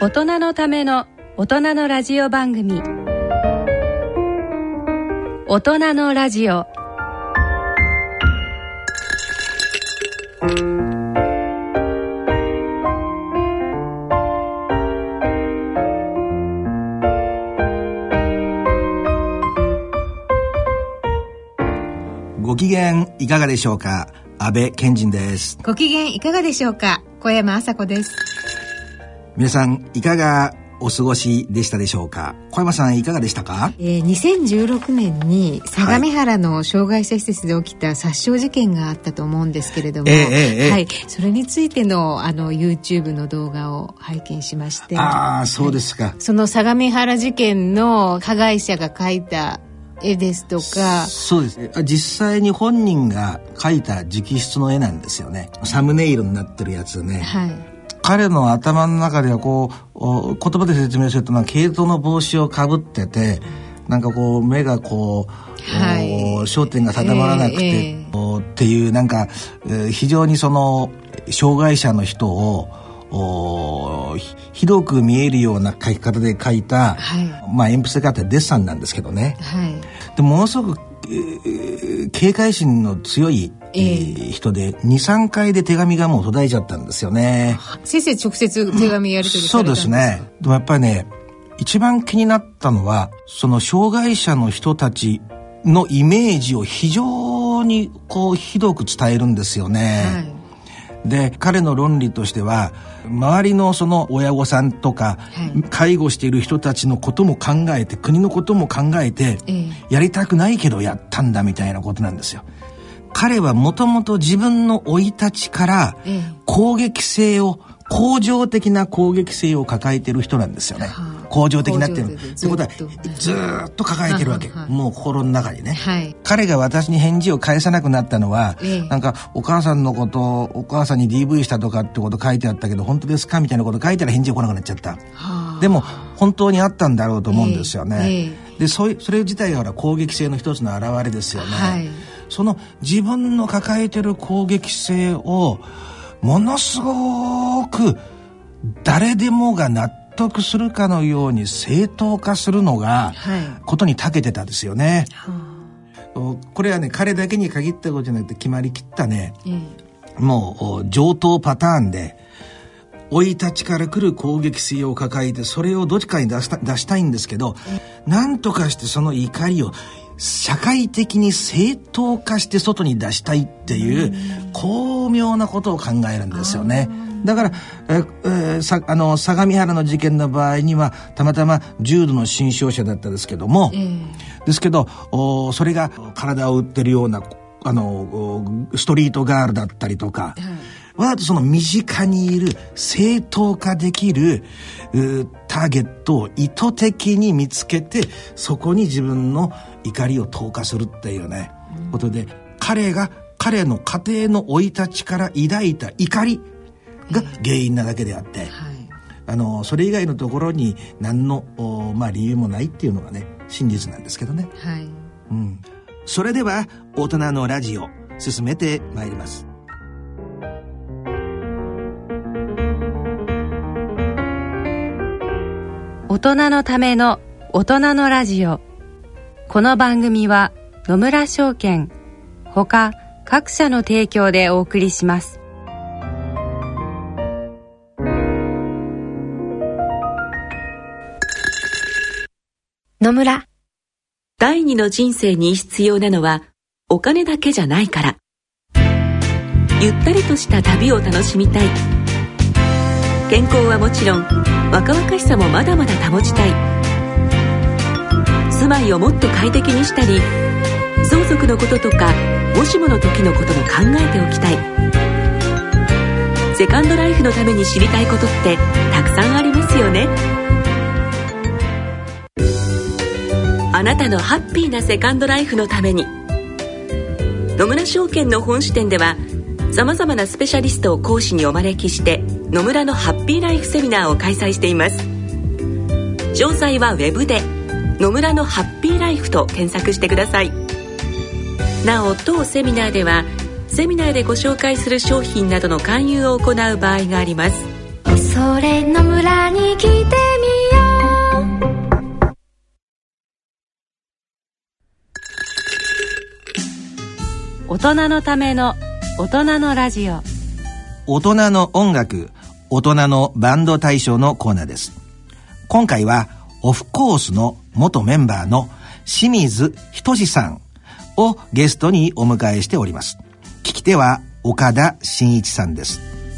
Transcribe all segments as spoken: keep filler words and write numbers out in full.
大人のための大人のラジオ番組、大人のラジオ。 ご機嫌いかがでしょうか。安倍賢人です。 ご機嫌いかがでしょうか。小山麻子です。 皆さんいかがお過ごしでしたでしょうか。小山さんいかがでしたか。 えー、にせんじゅうろくねんに相模原の障害者施設で起きた殺傷事件があったと思うんですけれども、 えーえーはい、それについてのあの YouTube の動画を拝見しまして、 ああそうですか、 はい、その相模原事件の加害者が描いた絵ですとか。 そうですね、実際に本人が描いた直筆の絵なんですよね。サムネイルになってるやつね、 はい、彼の頭の中ではこう言葉で説明するとなんか毛糸の帽子をかぶってて、なんかこう目がこう、はい、焦点が定まらなくて、えー、っていうなんか、えー、非常にその障害者の人をひどく見えるような描き方で描いた、はい、まあ鉛筆で描いたデッサンなんですけどね、はい、でものすごく、えー、警戒心の強い、えー、人で にさんかいで手紙がもう途絶えちゃったんですよね。 先生直接手紙やり取りされたんですか。 そうですね。でもやっぱりね、一番気になったのはその障害者の人たちのイメージを非常にこうひどく伝えるんですよね、はい、で彼の論理としては周りのその親御さんとか、はい、介護している人たちのことも考えて国のことも考えて、えー、やりたくないけどやったんだみたいなことなんですよ。彼はもともと自分の生い立ちから攻撃性を、恒常的な攻撃性を抱えている人なんですよね。恒常的なっていうのということはずーっと抱えてるわけ、はははもう心の中にね、はい、彼が私に返事を返さなくなったのは、ええ、なんかお母さんのことお母さんに ディーブイ したとかってこと書いてあったけど本当ですかみたいなこと書いたら返事が来なくなっちゃった。でも本当にあったんだろうと思うんですよね、えええ、でそ, それ自体は攻撃性の一つの表れですよね、はい、その自分の抱えてる攻撃性をものすごく誰でもが納得するかのように正当化するのが、はい、ことに長けてたですよね、はあ、これはね彼だけに限ったことじゃなくて決まりきったね、うん、もう上等パターンで生い立ちから来る攻撃性を抱えてそれをどっちかに出した、出したいんですけど、うん、なんとかしてその怒りを社会的に正当化して外に出したいっていう巧妙なことを考えるんですよね。だからええさあの相模原の事件の場合にはたまたま重度の心傷者だったですけども、えー、ですけどおそれが体を打ってるようなあのストリートガールだったりとか、わざとその身近にいる正当化できるターゲットを意図的に見つけてそこに自分の怒りを投下するっていうね、うん、ことで彼が彼の家庭の生い立ちから抱いた怒りが原因なだけであって、えーはい、あのそれ以外のところに何の、まあ、理由もないっていうのがね真実なんですけどね、はいうん、それでは大人のラジオ進めてまいります。 大人のための大人のラジオ。この番組は野村証券ほか各社の提供でお送りします。 野村、第二の人生に必要なのはお金だけじゃないから。ゆったりとした旅を楽しみたい。健康はもちろん若々しさもまだまだ保ちたい。住まいをもっと快適にしたり相続のこととかもしもの時のことも考えておきたい。セカンドライフのために知りたいことってたくさんありますよね。あなたのハッピーなセカンドライフのために野村証券の本支店ではさまざまなスペシャリストを講師にお招きして野村のハッピーライフセミナーを開催しています。詳細はウェブで野村のハッピーライフと検索してください。なお当セミナーではセミナーでご紹介する商品などの勧誘を行う場合があります。 それの村に来てみよう。 大人のための大人のラジオ。 大人の音楽、大人のバンド大賞のコーナーです。今回はオフコースの元メンバーの清水仁さんをゲストにお迎えしております。聞き手は岡田真一さんです。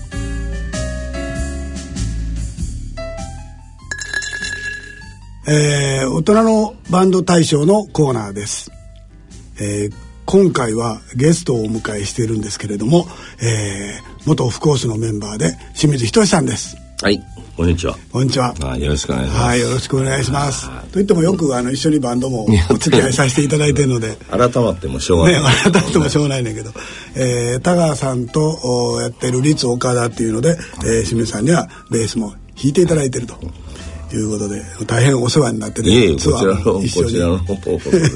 えー、大人のバンド大賞のコーナーです。えー、今回はゲストをお迎えしているんですけれども、えー、元オフコースのメンバーで清水仁さんです。 はい、こんにちは。 こんにちは。 あ、よろしくお願いします。 はい、よろしくお願いします。といってもよくあの一緒にバンドもお付き合いさせていただいているので改まってもしょうがない、 ね、改まってもしょうがないんだけど、えー、田川さんとやっている立岡田っていうので、えー、清水さんにはベースも弾いていただいているということで大変お世話になってね、 いえいえ、 ツアーも一緒に。 こちらのこちらの方法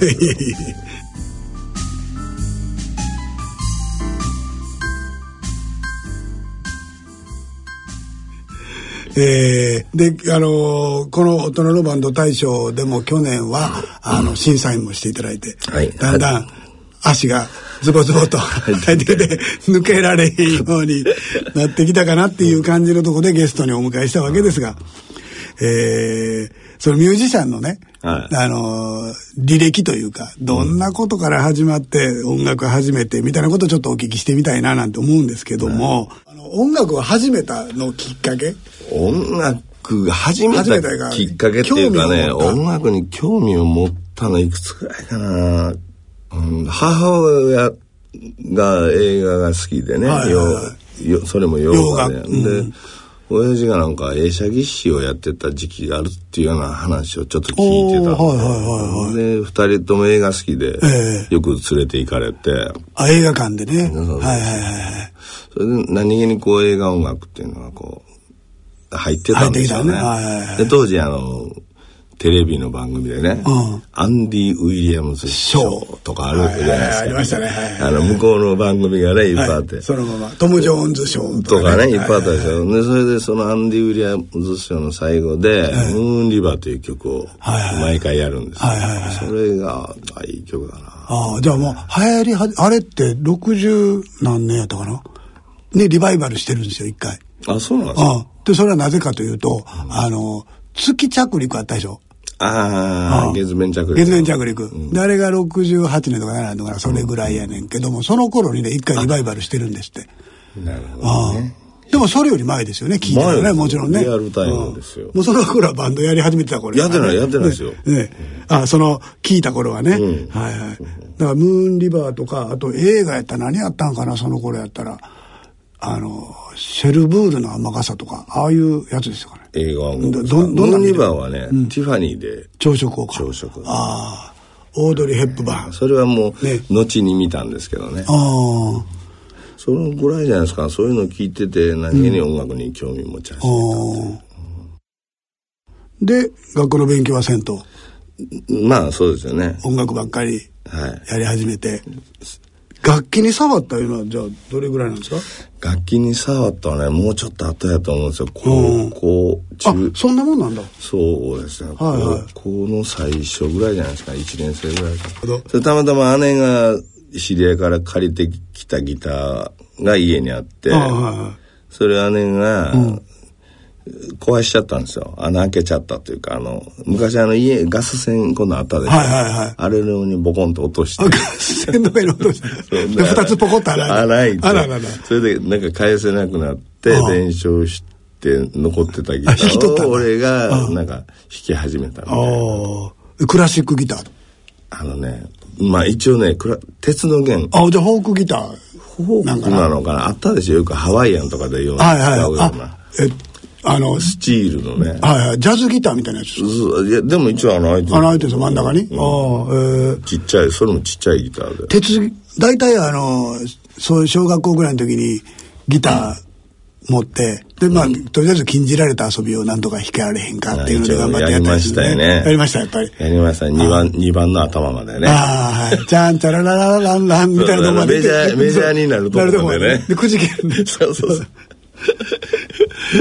えー、で、あのー、この大人のバンド大賞でも去年はあの審査員もしていただいて、はい、だんだん足がズボズボと入ってきて抜けられへんようになってきたかなっていう感じのところでゲストにお迎えしたわけですが、えー、そのミュージシャンのね、はい、あのー、履歴というかどんなことから始まって音楽始めてみたいなことをちょっとお聞きしてみたいななんて思うんですけども、はい、あの音楽を始めたのきっかけ、 音楽が始めたきっかけっていうかね、音楽に興味を持ったのいくつくらいかな、うん、母親が映画が好きでね、はいはいはい、よそれも洋画で、うん、で親父がなんか映写技師をやってた時期があるっていうような話をちょっと聞いてたんで、はいはいはいはい、でふたりとも映画好きで、えー、よく連れて行かれて、 あ、映画館でね、はいはいはい、 それで何気にこう映画音楽っていうのがこう入ってたんですよね。はいはいはい、で当時あのテレビの番組でね、うん、アンディ・ウィリアムズショーとかあるわけじゃないですか。 ありましたね。はいはい、 あの向こうの番組がねいっぱいあって、はい、 そのままトム・ジョーンズショーとかね、とかねいっぱいあったでしょ。でそれでそのアンディ・ウィリアムズショーの最後で、はい、ムーン・リバーという曲を毎回やるんですよ。はいはいはい、それがあいい曲だな。 ああ、じゃあもう流行りはあれってろくじゅう何年やったかなね、リバイバルしてるんですよ一回。 あ、そうなんですか。 あでそれはなぜかというと、うん、あの月着陸あったでしょ。 ああ、月面着陸。 月面着陸。うん、で、あれがろくじゅうはちねんとかななねんとかそれぐらいやねんけども、その頃にね、一回リバイバルしてるんですって。 なるほどね。 でもそれより前ですよね、聞いたのね、もちろんね。 リアルタイムですよ。 もうその頃はバンドやり始めてた頃やってない、やってないですよ。 ね。ねうん、あ、その、聞いた頃はね。うん、はいはい。だからムーンリバーとか、あと映画やったら何やったんかな、その頃やったら。あの、シェルブールの雨傘とか、ああいうやつですかね。 映画音楽。ど、どんなムーンリバーはね、うん、ティファニーで。 朝食をか。 朝食。 ああ。オードリー・ヘップバーン。 それはもう、ね、後に見たんですけどね。ああ。そのぐらいじゃないですか。そういうの聞いてて、何気に音楽に興味持ち始めた、うんうん。で、学校の勉強はせんと。 まあ、そうですよね。 音楽ばっかりやり始めて。はい、楽器に触ったいうのはじゃあどれぐらいなんですか？ 楽器に触ったはねもうちょっと後やと思うんですよ。高校中、あ、そんなもんなんだ。 そうですね、はいはい、高校の最初ぐらいじゃないですか。いちねん生ぐらいか。それたまたま姉が知り合いから借りてきたギターが家にあって、はいはい、それ姉が、うん壊しちゃったんですよ。穴開けちゃったというか、あの昔あの家ガス栓こんなあったでしょ、はいはいはい、あれのようにボコンと落としてガス栓の上に落としてで二つポコッと穴開いて、あらららそれでなんか返せなくなって伝承して残ってたギターを俺がなんか弾き始めたんで。 あクラシックギターあのねまあ一応ねクラ鉄の弦。 あじゃあフォークギターフォークなのかなあったでしょよくハワイアンとかでよう使うような、はいはい、えあのスチールのね、 はいはい、ジャズギターみたいなやつ。 いやでも一応穴開いてる。 穴開いてる真ん中に。うん、ああ、えー、ちっちゃいそれもちっちゃいギターで。 鉄大体あのそういう小学校ぐらいの時にギター持って、うん、でまあ、うん、とりあえず禁じられた遊びをなんとか弾けられへんかっていうので頑張ってやったりする、ね、やりましたよね。やりましたやっぱり。 やりました。二番二番の頭までね。 ああはい。じゃんチャラララランランみたいなとこまで。 メジャーメジャーになるとこまでね。 でくじけるんで。 そうそうそう。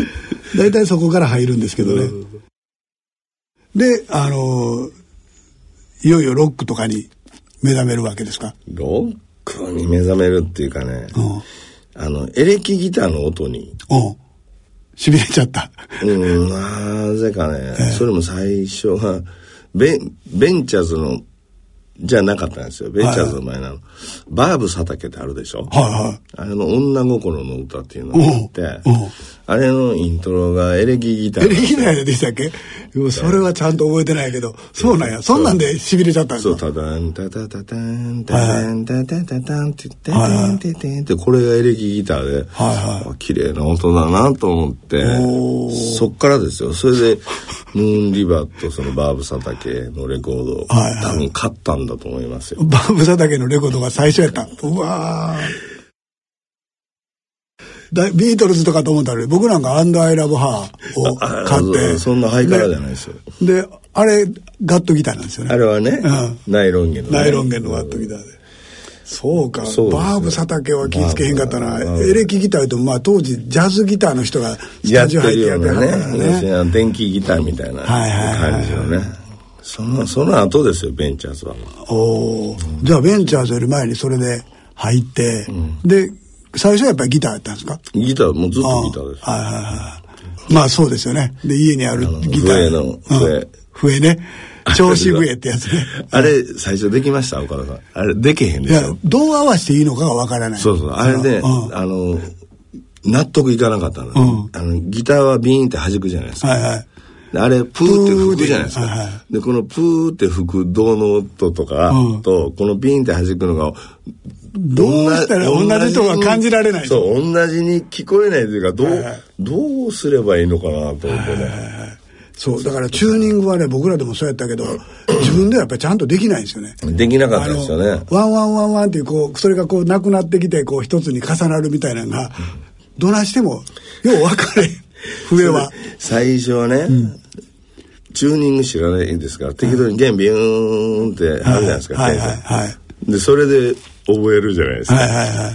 大体そこから入るんですけどね。で、あのいよいよロックとかに目覚めるわけですか？ ロックに目覚めるっていうかね、うん、あのエレキギターの音にしびれちゃった。 うんなぜかね、えー、それも最初はベンベンチャーズのじゃなかったんですよ。ベンチャーズの前なの、はいはい、バーブ佐竹ってあるでしょ、はいはい、あれの女心の歌っていうのがあって、あれのイントロがエレキギター。 エレキギターでしたっけ？それはちゃんと覚えてないけど、そうなんや。そんなんで痺れちゃったんですか？そう、タタンタタタタンタタンタタタタンってタタンタタンって、これがエレキギターで、はいはい、綺麗な音だなと思って、そっからですよ。それでムーンリバーとそのバーブ佐竹のレコードを多分買ったんだと思いますよ。バーブ佐竹のレコードが最初やった。うわー。ビートルズとかと思ったら僕なんかアンドアイラブハーを買ってそんなハイカラじゃないですよ。 であれガットギターなんですよね。 あれはね、うん、ナイロン弦の、ね、 ナイロン弦のガットギターで、そうか。そうバーブ佐竹は気ぃつけへんかったな。エレキギターとまあ当時ジャズギターの人がスタジオ入ってやってはったからね。 ね電気ギターみたいな感じのね。そのその後ですよベンチャーズは。 おお、うん、じゃあベンチャーズより前にそれで入って、うん、で最初はやっぱりギターやったんですか？ ギターもうずっとギターです。 はいはいはい。まあそうですよね。で家にあるギター。 笛の笛。 笛ね。調子笛ってやつね。 あれ最初できました岡田さん。あれできへんでしょ。いやどう合わせていいのかがわからない。 そうそう。あれで、うん、あの納得いかなかったの、うん。あのギターはビーンって弾くじゃないですか。はいはい。あれプーって吹くじゃないですか。はいはい、でこのプーって吹く銅の音とかと、うん、このビーンって弾くのがどうしたら同じとは感じられない。 そう同じに聞こえないというかどう、はいはい、どうすればいいのかなと思ってね、はいはいはい、 そうだからチューニングはね僕らでもそうやったけど自分ではやっぱりちゃんとできないんですよね。 できなかったですよね。 ワンワンワンワンっていうこうそれがこうなくなってきてこう一つに重なるみたいなのが、うん、どないしてもよう分かれ笛は最初はね、うん、チューニング知らないですから適当に弦ビューンってあるじゃないですか。はいはいはい、でそれで覚えるじゃないですか。はいはいはい。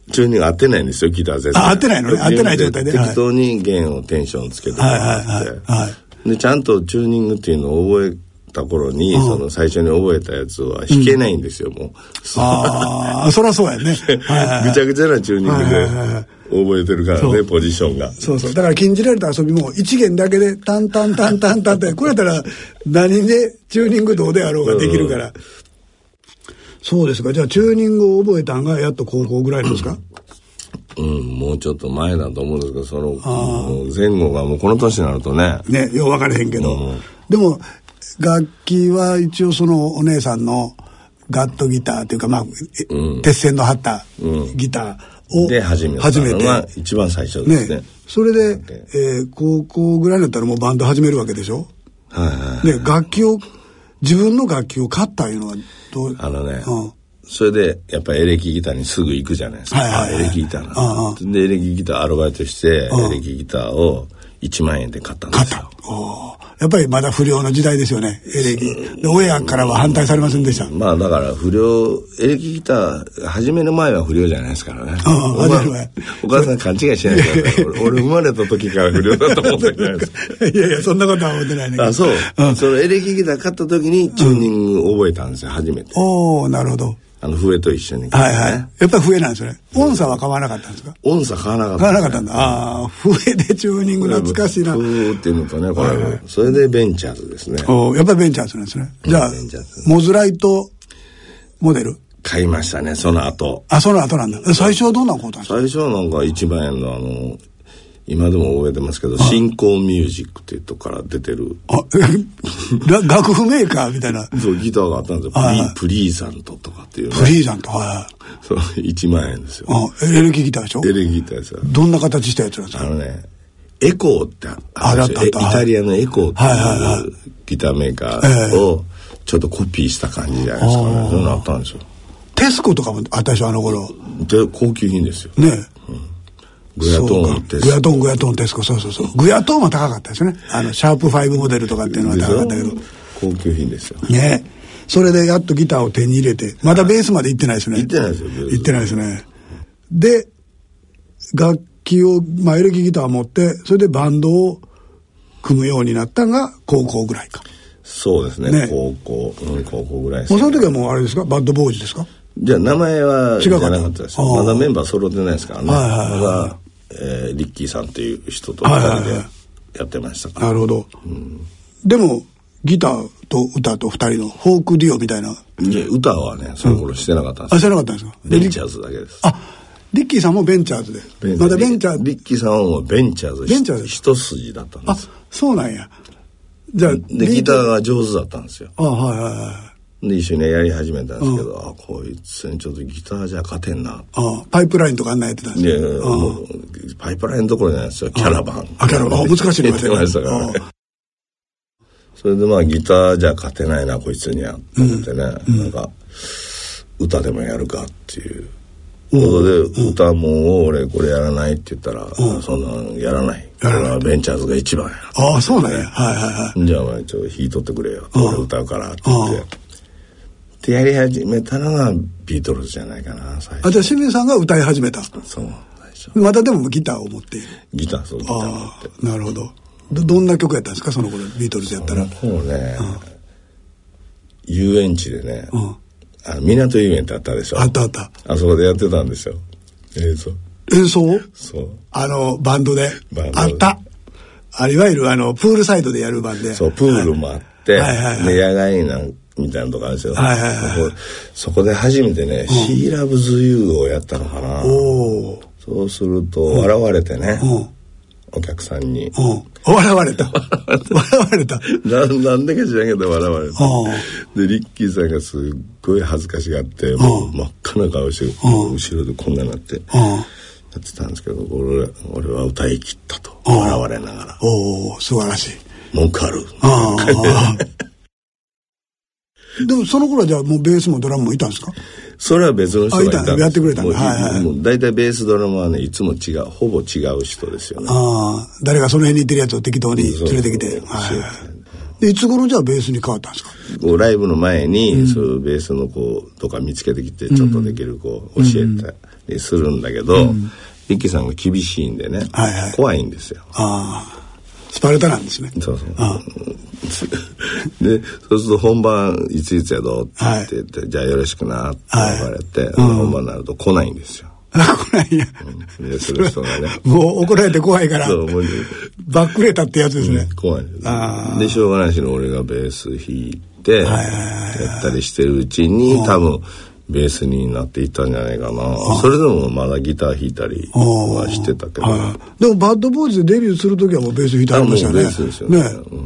チューニング合ってないんですよギター全然。 合ってないのね。合ってない状態で。 適当に弦をテンションつけてもらって、はいはいはい、でちゃんとチューニングっていうのを覚えた頃に、うん、その最初に覚えたやつは弾けないんですよ、うん、もう。 ああ、そりゃそうやね。 はいはいはい、ぐちゃぐちゃなチューニングで覚えてるからね、はいはいはい、ポジションが。 そうそう。だから禁じられた遊びも一弦だけでタンタンタンタンタンってこれやったら何でチューニングどうであろうができるから。うん、そうですか。じゃあチューニングを覚えたんがやっと高校ぐらいですか？ うん、もうちょっと前だと思うんですけど、その前後がもうこの年になるとね。 ね、よう分からへんけど。うん、でも楽器は一応そのお姉さんのガットギターというかまあ、うん、鉄線の張ったギターをで始めたのが一番最初ですね。ね、 それで、えー、高校ぐらいになったらもうバンド始めるわけでしょ？はいはい。で楽器を自分の楽器を買ったいうのはどう？ あのね、うん、それでやっぱりエレキギターにすぐ行くじゃないですか。はいはいはい、あエレキギターなんだ。でエレキギターアルバイトしてエレキギターをいちまんえんで買ったんですよ。買った。 おやっぱりまだ不良の時代ですよねエレキで親からは反対されませんでした。 まあだから不良エレキギター始める前は不良じゃないですからね。ああお母さん勘違いしないでください。俺, 俺生まれた時から不良だと思ったじゃないですか。 いやいやそんなことは思ってないね。 あそう、うん、そのエレキギター買った時にチューニング覚えたんですよ初めて。 おおなるほど。 あの笛と一緒に、ね、 はいはい。やっぱり笛なんですよね。音差は買わなかったんですか？ 音差買わなかった、 ね。買わなかったんだ。ああ、笛でチューニング懐かしいな。 ふーっていうのとね、これ、はいはい、それでベンチャーズですね。 おやっぱりベンチャーズなんですね。じゃあ、モズライトモデル買いましたね、その後。 あ、その後なんだ。最初はどんなことなんですか？ 最初はなんかいちまんえんのあの、今でも覚えてますけど、新興ミュージックっていうとこから出てる。あ、 楽譜メーカーみたいな。 そう、ギターがあったんですよ。プリ、プリーザントとかっていう、ね。 プリーザント、はい。 そう、いちまんえんですよ。 あ、エレキギターでしょ？ エレキギターですよ。 どんな形したやつなんですか？ あのね、エコーってあるんですよ。イタリアのエコーっていうギターメーカーをちょっとコピーした感じじゃないですかね。そういうのあったんですよ。 テスコとかもあったでしょ、あの頃。 で、高級品ですよ。 ねえ。 うんグヤトーンテスコ。 グヤトーン、グヤトーンテスコ、そうそうそう。グヤトーンは高かったですね。あの、シャープファイブモデルとかっていうのは高かったけど。 高級品ですよ。 ね。それでやっとギターを手に入れて、まだベースまで行ってないですね。 行ってないですよ、 行ってないですね。で、楽器を、まあ、エレキギターを持ってそれでバンドを組むようになったのが高校ぐらいか。 そうですね、ね、高校、うん、高校ぐらいです、 ね、もうその時はもうあれですか、バッドボーイズですか？ じゃあ名前はじゃなかったです。 まだメンバー揃ってないですからね、 はいはいはい、 まだ、えー、リッキーさんっていう人とふたりでやってましたから、 はいはいはい、なるほど、うん、でもギターと歌とふたりのフォークデュオみたいな。 いや歌はねその頃してなかったんです、うん、 あしてなかったんですか？ ベンチャーズだけです。 あリッキーさんもベンチャーズでまだベンチャーズリッキーさんはベンチャーズベンチャーズ一筋だったんです。 あそうなんや。じゃあでギターが上手だったんですよ。 あはいはいはいで一緒にやり始めたんですけど、うん、あこいつにちょっとギターじゃ勝てんな。 あパイプラインとかあんなやってたんですよ。いやもうパイプラインどころじゃないですよ。キャラバン。 あキャラバン難しいのが出てましたからね。それでまあギターじゃ勝てないなこいつにはと思ってね、うん、なんか歌でもやるかっていうことで、うん、歌も俺これやらないって言ったら、うん、そんなのやらないやらないベンチャーズが一番や。 ああそうなんや、はいはいはい。 じゃあお前ちょっと弾いとってくれよ俺歌うからって言ってでやり始めたのがビートルズじゃないかな最初。 あじゃあ清水さんが歌い始めた。 そうまたでもギターを持っている。 ギターそうギターを持って。 なるほど。ど, どんな曲やったんですかその頃ビートルズやったら。 そうね、うん、遊園地でね、うん、あ港遊園ってあったでしょ。 あったあった。 あそこでやってたんですよ演奏。 演奏？ そうあのバンドでバンドであったあいわゆるあのプールサイドでやるバンドで。 そうプールもあって、はいはいはいはい、で野外なんみたいなとこあるんですよ、 はいはいはい、 そ, そこで初めてね、うん、She Loves You をやったのかな。 おそうすると笑われてね、うん、お客さんに、 うん、笑われた笑われたな, なんでか知らんけど笑われた。でリッキーさんがすっごい恥ずかしがってもう真っ赤な顔して後ろでこんなになってやってたんですけど 俺, 俺は歌い切ったと笑われながら。 おお素晴らしい。 文句あるでもその頃はじゃあもうベースもドラムもいたんですか？ それは別の人がいたんです。 やってくれたんだ。はいはい。 もう大体ベースドラムはねいつも違うほぼ違う人ですよね。 ああ誰がその辺にいてるやつを適当に連れてきて。はいはい。でいつ頃じゃあベースに変わったんですか？ こうライブの前に、うん、そういうベースの子とか見つけてきてちょっとできる子を教えたりするんだけど、うん、リッキーさんが厳しいんでね、はいはい、怖いんですよ。 ああスパルタなんですね。 そうそう。ああでそうすると本番いついつやどうって言って、はい、じゃあよろしくなって言われて、はいうん、本番になると来ないんですよ。 来ないや、 うん、でする人がねもう怒られて怖いからバックれたってやつですね、 うん、怖いです。あでしょうがないしの俺がベース弾いてやったりしてるうちに、はい、多分ベースになっていったんじゃないかな。それでもまだギター弾いたりはしてたけど、 でもバッドボーイズでデビューする時はもうベース弾いてありましたね。 ベースですよね、ね、うん、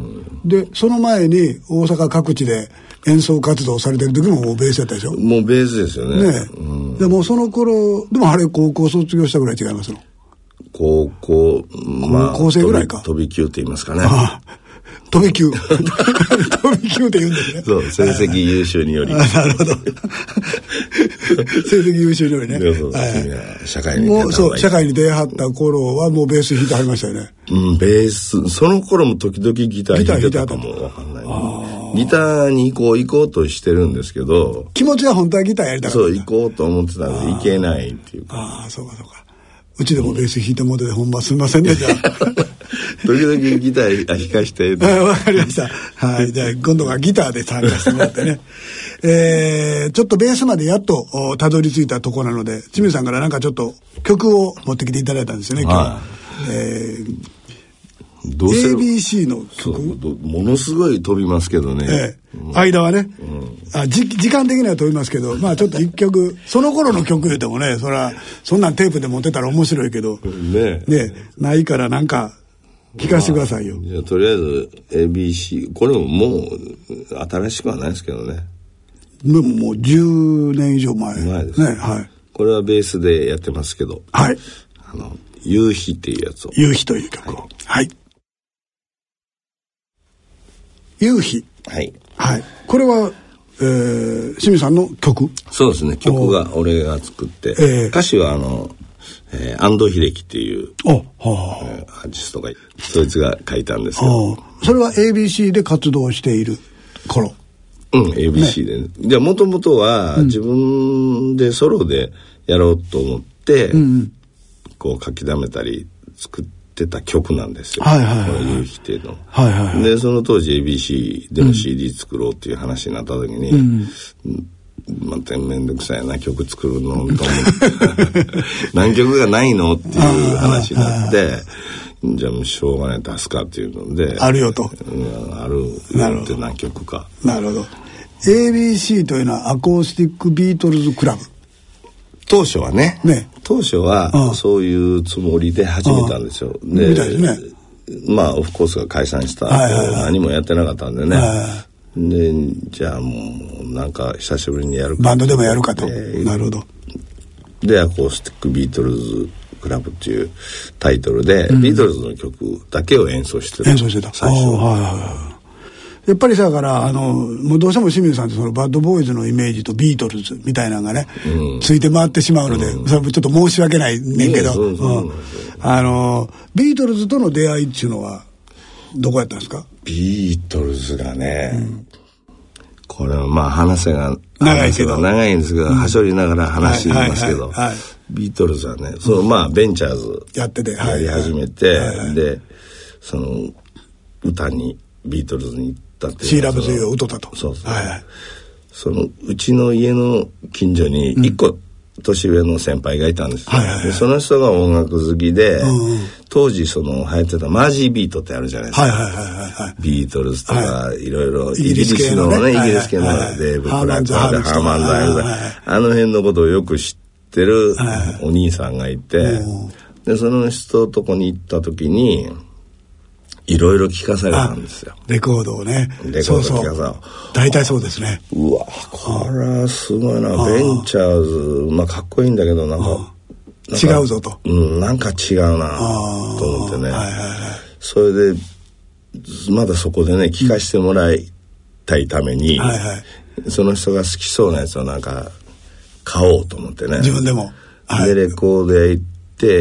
でその前に大阪各地で演奏活動されてる時ももうベースやったでしょ。 もうベースですよね。 ね、うん、でもその頃でもあれ高校卒業したぐらい違いますの？ 高校、まあ、 高校生ぐらいか。 飛び級って言いますかね。 ああ飛び級飛び級って言うんですね。 そう成績優秀により。 なるほど成績優秀によりね。 そうそう、はい、君は社会に出た方がいい。 もうそう社会に出はった頃はもうベース弾いてはりましたよね。 うんベースその頃も時々ギター弾いてたかもわかんない、ね、ギターに行こう行こうとしてるんですけど気持ちは本当はギターやりたかった。 そう行こうと思ってたんで行けないっていうか。 ああそうかそうか。うちでもベース弾いたもので本番すみませんねじゃあ時々ギター弾かしてわかりました。はいじゃあ今度はギターで参加してもらってねえー、ちょっとベースまでやっとたどり着いたところなので清水さんからなんかちょっと曲を持ってきていただいたんですよね今日、はいえー、どうせ エービーシー の曲ものすごい飛びますけどね、 えーうん、間はね、うん、あじ時間的には飛びますけどまあちょっと一曲その頃の曲言うてもねそらそんなんテープで持ってたら面白いけどねねないからなんか聞かせてくださいよ。 まあ、いやとりあえず エービーシー これももう新しくはないですけどね。 でももうじゅうねん以上前前ですね。 はい。 これはベースでやってますけど。 はい。 あの夕日っていうやつを。 夕日という曲を。はい。はい、夕日。 はい。 はい。これは、えー、清水さんの曲？ そうですね。曲が俺が作って、えー、歌詞はあの。えー、安藤秀樹っていうお、はあえー、アーティストがそいつが書いたんですけど、 それは エービーシー で活動している頃。 うん エービーシー で、ね、じゃあもともとは自分でソロでやろうと思ってこう書き溜めたり作ってた曲なんですよ、 はいはいはい、 この夕日っていうの、 はいはいはい、 でその当時 エービーシー でも シーディー 作ろうっていう話になった時に、うんまあ、めんどくさいな曲作るのと思って何曲がないのっていう話になってじゃあもうしょうがない出すかっていうのであるよと、 うん、あるよって何曲か。 なるほど。 エービーシー というのはアコースティックビートルズクラブ。 当初はね、 ね当初はそういうつもりで始めたんですよ。 でみたいですね。 まあオフコースが解散した、はいはいはい、何もやってなかったんでね、はいはい、でじゃあもうなんか久しぶりにやるかバンドでもやるかと、えー、なるほど。 でアコースティックビートルズクラブっていうタイトルで、うん、ビートルズの曲だけを演奏してた。 演奏してた最初、はいはいはい、やっぱりさからあのもうどうしても清水さんってそのバッドボーイズのイメージとビートルズみたいなのがね、うん、ついて回ってしまうので、うん、それもちょっと申し訳ないねんけど、あのビートルズとの出会いっていうのはどこやったんですか？ ビートルズがね、うん、これはまあ話が長いけど長いんですけど、うん、はしょりながら話していますけど、ビートルズはね、そのまあベンチャーズやっててやり始めて、はいはいはい、でその歌にビートルズに行ったっていう、 シーラブズユーを歌ったと。 そうそう、はいはい、そのうちの家の近所に一個、うん年上の先輩がいたんですよ、はいはいはい、でその人が音楽好きで、うん、当時その流行ってたマージービートってあるじゃないですか、はいはいはいはい、ビートルズとか、はい、いろいろイギリスのねイギリス系のデーブ・クラークとかハーマンズ・アイルズ、あの辺のことをよく知ってるお兄さんがいて、はいはい、でその人とこに行った時にいろいろ聞かされたんですよ。 レコードをね。 レコード聞かされた。そうそう大体そうですね。 うわ、これはすごいな。ベンチャーズ、まあかっこいいんだけど、なんか。なんか違うぞと。 うん、なんか違うなと思ってね。はいはいはい、それで、まだそこでね、聞かせてもらいたいために、うんはいはい、その人が好きそうなやつをなんか買おうと思ってね。 自分でも。 はい、で、レコード屋行って、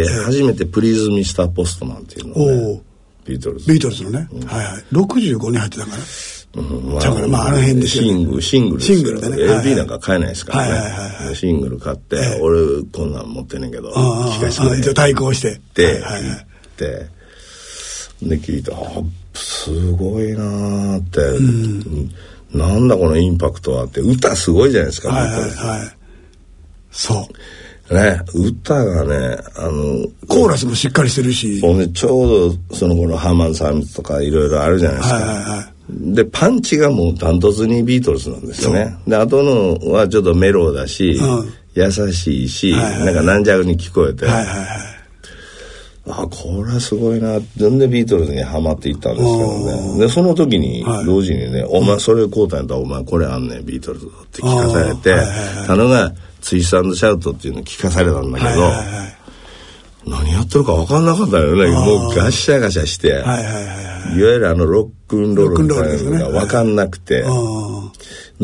初めてプリーズミスターポストマンっていうのをね。ビートルズ。 ビートルズのね。うん、はいはい。ろくじゅうごに入ってたから。うん、まあ、だからまああの辺ですよね。 シングル、シングルですよ。 シングルでね。 エルピー なんか買えないですからね。 はいはいはいはい、 シングル買って、えー、俺こんなん持ってんねんけど、聞かせてくれ。 じゃあ対抗して。 で、はいはいはい、で、で聞いて、あ、すごいなーって、うん、なんだこのインパクトはって、歌すごいじゃないですか。 はいはいはい。そう。 ね、歌がね、あのコーラスもしっかりしてるし、 もうね、ちょうどその頃ハーマン・サミットとかいろいろあるじゃないですか、はいはいはい、でパンチがもうダントツにビートルズなんですよね。で後のはちょっとメローだし、うん、優しいし、はいはいはい、なんか軟弱に聞こえて、はいはいはい、あ、これはすごいな。全然ビートルズにハマっていったんですけどね。でその時に同時にね、はい、お前それ買うたんやったらお前これあんねんビートルズって聞かされて、はいはいはい、たのがツイスト&シャウトっていうのを聞かされたんだけど、はいはいはい、何やってるか分かんなかったよね。もうガシャガシャして、はいはいはいはい、いわゆるあのロックンロールみたいなのが分かんなくて、はい、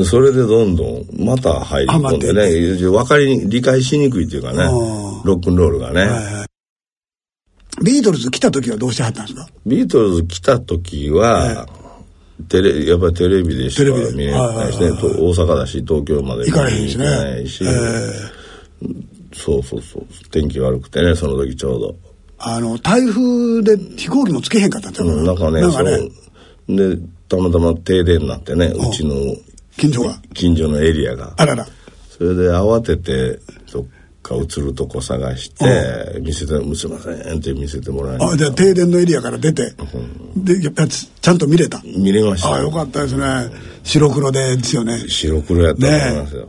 それでどんどんまた入り込んでね、分かり理解しにくいっていうかね、ロックンロールがね、はいはい、 ビートルズ来た時はどうしてはったんですか？ ビートルズ来た時は、はい、テレやっぱりテレビでしか見れないですね、はいはいはい、大阪だし東京まで行かれへんしね、 行かないし、えー、そうそうそう、天気悪くてね、その時ちょうどあの台風で飛行機もつけへんかったんちゃうかな、 うん、なんかね、なんかね、そうでたまたま停電になってね、うちの近所が近所のエリアがあらら、 それで慌ててどっか映るとこ探して見せて、すいませんって見せてもらえない。 あ、じゃあ停電のエリアから出て、うん、でやっぱちゃんと見れた？ 見れました。 あ、よかったですね。白黒でですよね。 白黒やったと思いますよ、ね、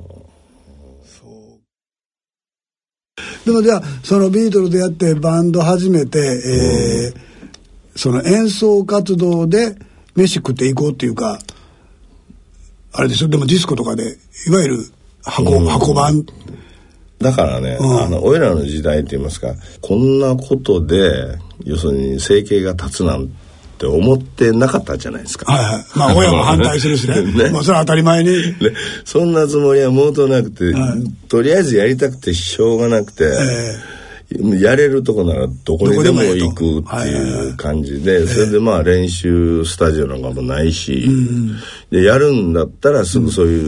でもじゃあそのビートルズでやってバンド始めて、えーうん、その演奏活動で飯食っていこうっていうかあれでしょ。でもディスコとかでいわゆる箱、うん、箱版だからね、うん、あの俺らの時代って言いますか、こんなことで要するに生計が立つなんて思ってなかったじゃないですか。 はいはい。まあ親も反対するしね。ね、まあそれは当たり前に、ね。 そんなつもりは毛頭なくて、はい、とりあえずやりたくてしょうがなくて、えー、やれるとこならどこにでも行くっていう感じで、それでまあ練習スタジオなんかもないし、うん、でやるんだったらすぐそういう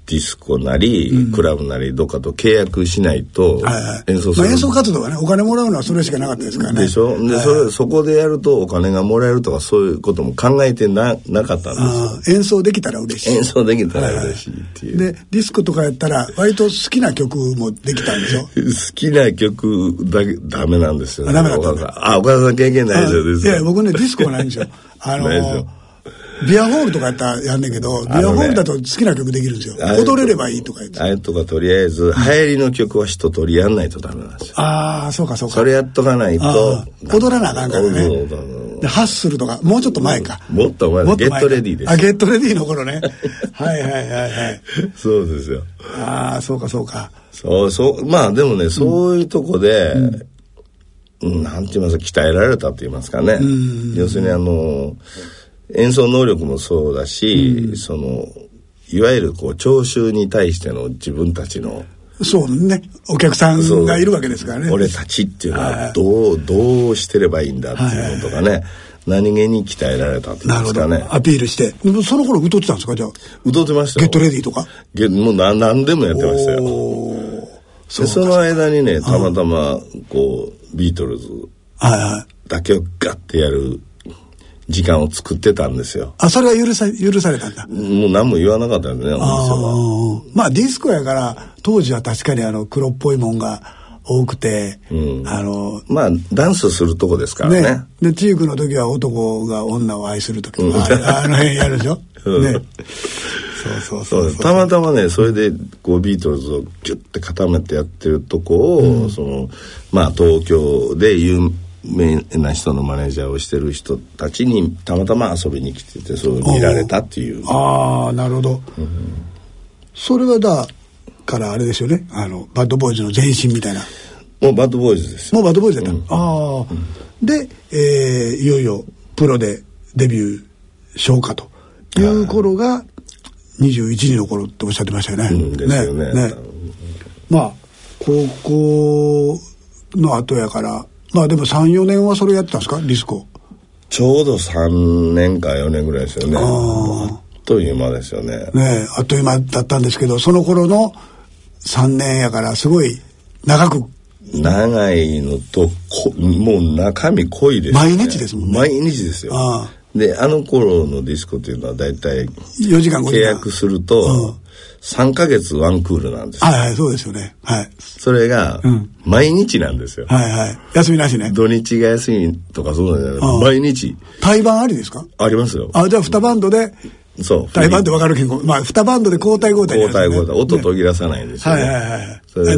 ディスコなり、うん、クラブなりどっかと契約しないと演奏する、 はいはい、まあ、演奏活動はねお金もらうのはそれしかなかったですからね。 でしょ。で、はい、それそこでやるとお金がもらえるとかそういうことも考えて な, なかったんですよ。 演奏できたら嬉しい。 演奏できたら嬉しいっていう、 はいはい、でディスコとかやったら割と好きな曲もできたんでしょ。 好きな曲だけダメなんですよね。 ダメだったんだ。あ、岡田さん経験ないですよ。 いや僕ねディスコはないんですよ。あのービアホールとかやったらやんねんけど、ビアホールだと好きな曲できるんですよ。踊れればいいとか言って。 あれとかとりあえず、流行りの曲は一通りやんないとダメなんですよ。 ああ、そうかそうか。 それやっとかないと。 踊らなあかんからね。で、ハッスルとか、もうちょっと前か。 もっと前です。ゲットレディーです。 あ、ゲットレディーの頃ね。はいはいはいはい。 そうですよ。 ああ、そうかそうか。 そうそう。まあでもね、そういうとこで、うん、なんて言いますか、鍛えられたって言いますかね。要するにあの、演奏能力もそうだし、うん、そのいわゆるこう聴衆に対しての自分たちのそうねお客さんがいるわけですからね。 俺たちっていうのはどうどうしてればいいんだっていうのとかね、はいはい、何気に鍛えられたっていうんですかね。 アピールして。その頃歌ってたんですか。じゃあ歌ってましたよ。 ゲットレディーとかゲもう何何でもやってましたよ。そでその間にねたまたまこうビートルズだけをガッてやる時間を作ってたんですよ。 あ、それは許さ許されたんだ。 もう何も言わなかったんですね。お店は。 まあディスコやから当時は確かにあの黒っぽいもんが多くて、うん、あのまあダンスするとこですからね。ねでチークの時は男が女を愛する時、うん、あ, あの辺やるでしょ。うん、ね。そうそうそうそう。 たまたまねそれでこうビートルズをギュッて固めてやってるとこを、うん、そのまあ東京で有名な人のマネージャーをしてる人たちにたまたま遊びに来ててそう見られたっていう。 ああなるほど、うん、それはだからあれですよね、あのバッドボーイズの前身みたいな。 もうバッドボーイズです。 もうバッドボーイズだった、うん、ああ、うん、で、えー、いよいよプロでデビュー消化という頃がにじゅういちにの頃っておっしゃってましたよね、 うん、ですよね。 ねねまあ高校の後やからまあでも さん,よ 年はそれやってたんですかディスコ。 ちょうどさんねんかよねんぐらいですよね。 あ, あっという間ですよね。 ねあっという間だったんですけどその頃のさんねんやからすごい長く長いのとこもう中身濃いですね。 毎日ですもんね。 毎日ですよ。あであの頃のディスコっていうのはだいたいよじかんごじかん契約すると、うんさんかげつワンクールなんですよ。 はいはいそうですよね。はい。 それが毎日なんですよ。 うん、はいはい。休みなしね。 土日が休みとかそうなんじゃない。毎日。 対バンありですか？ ありますよ。 あじゃあにバンドで。 そう。 対バンってわかるけど、まあにバンドで交代交代、 ね。交代交代。音途切らさないんですよ、ね。はいはいはい。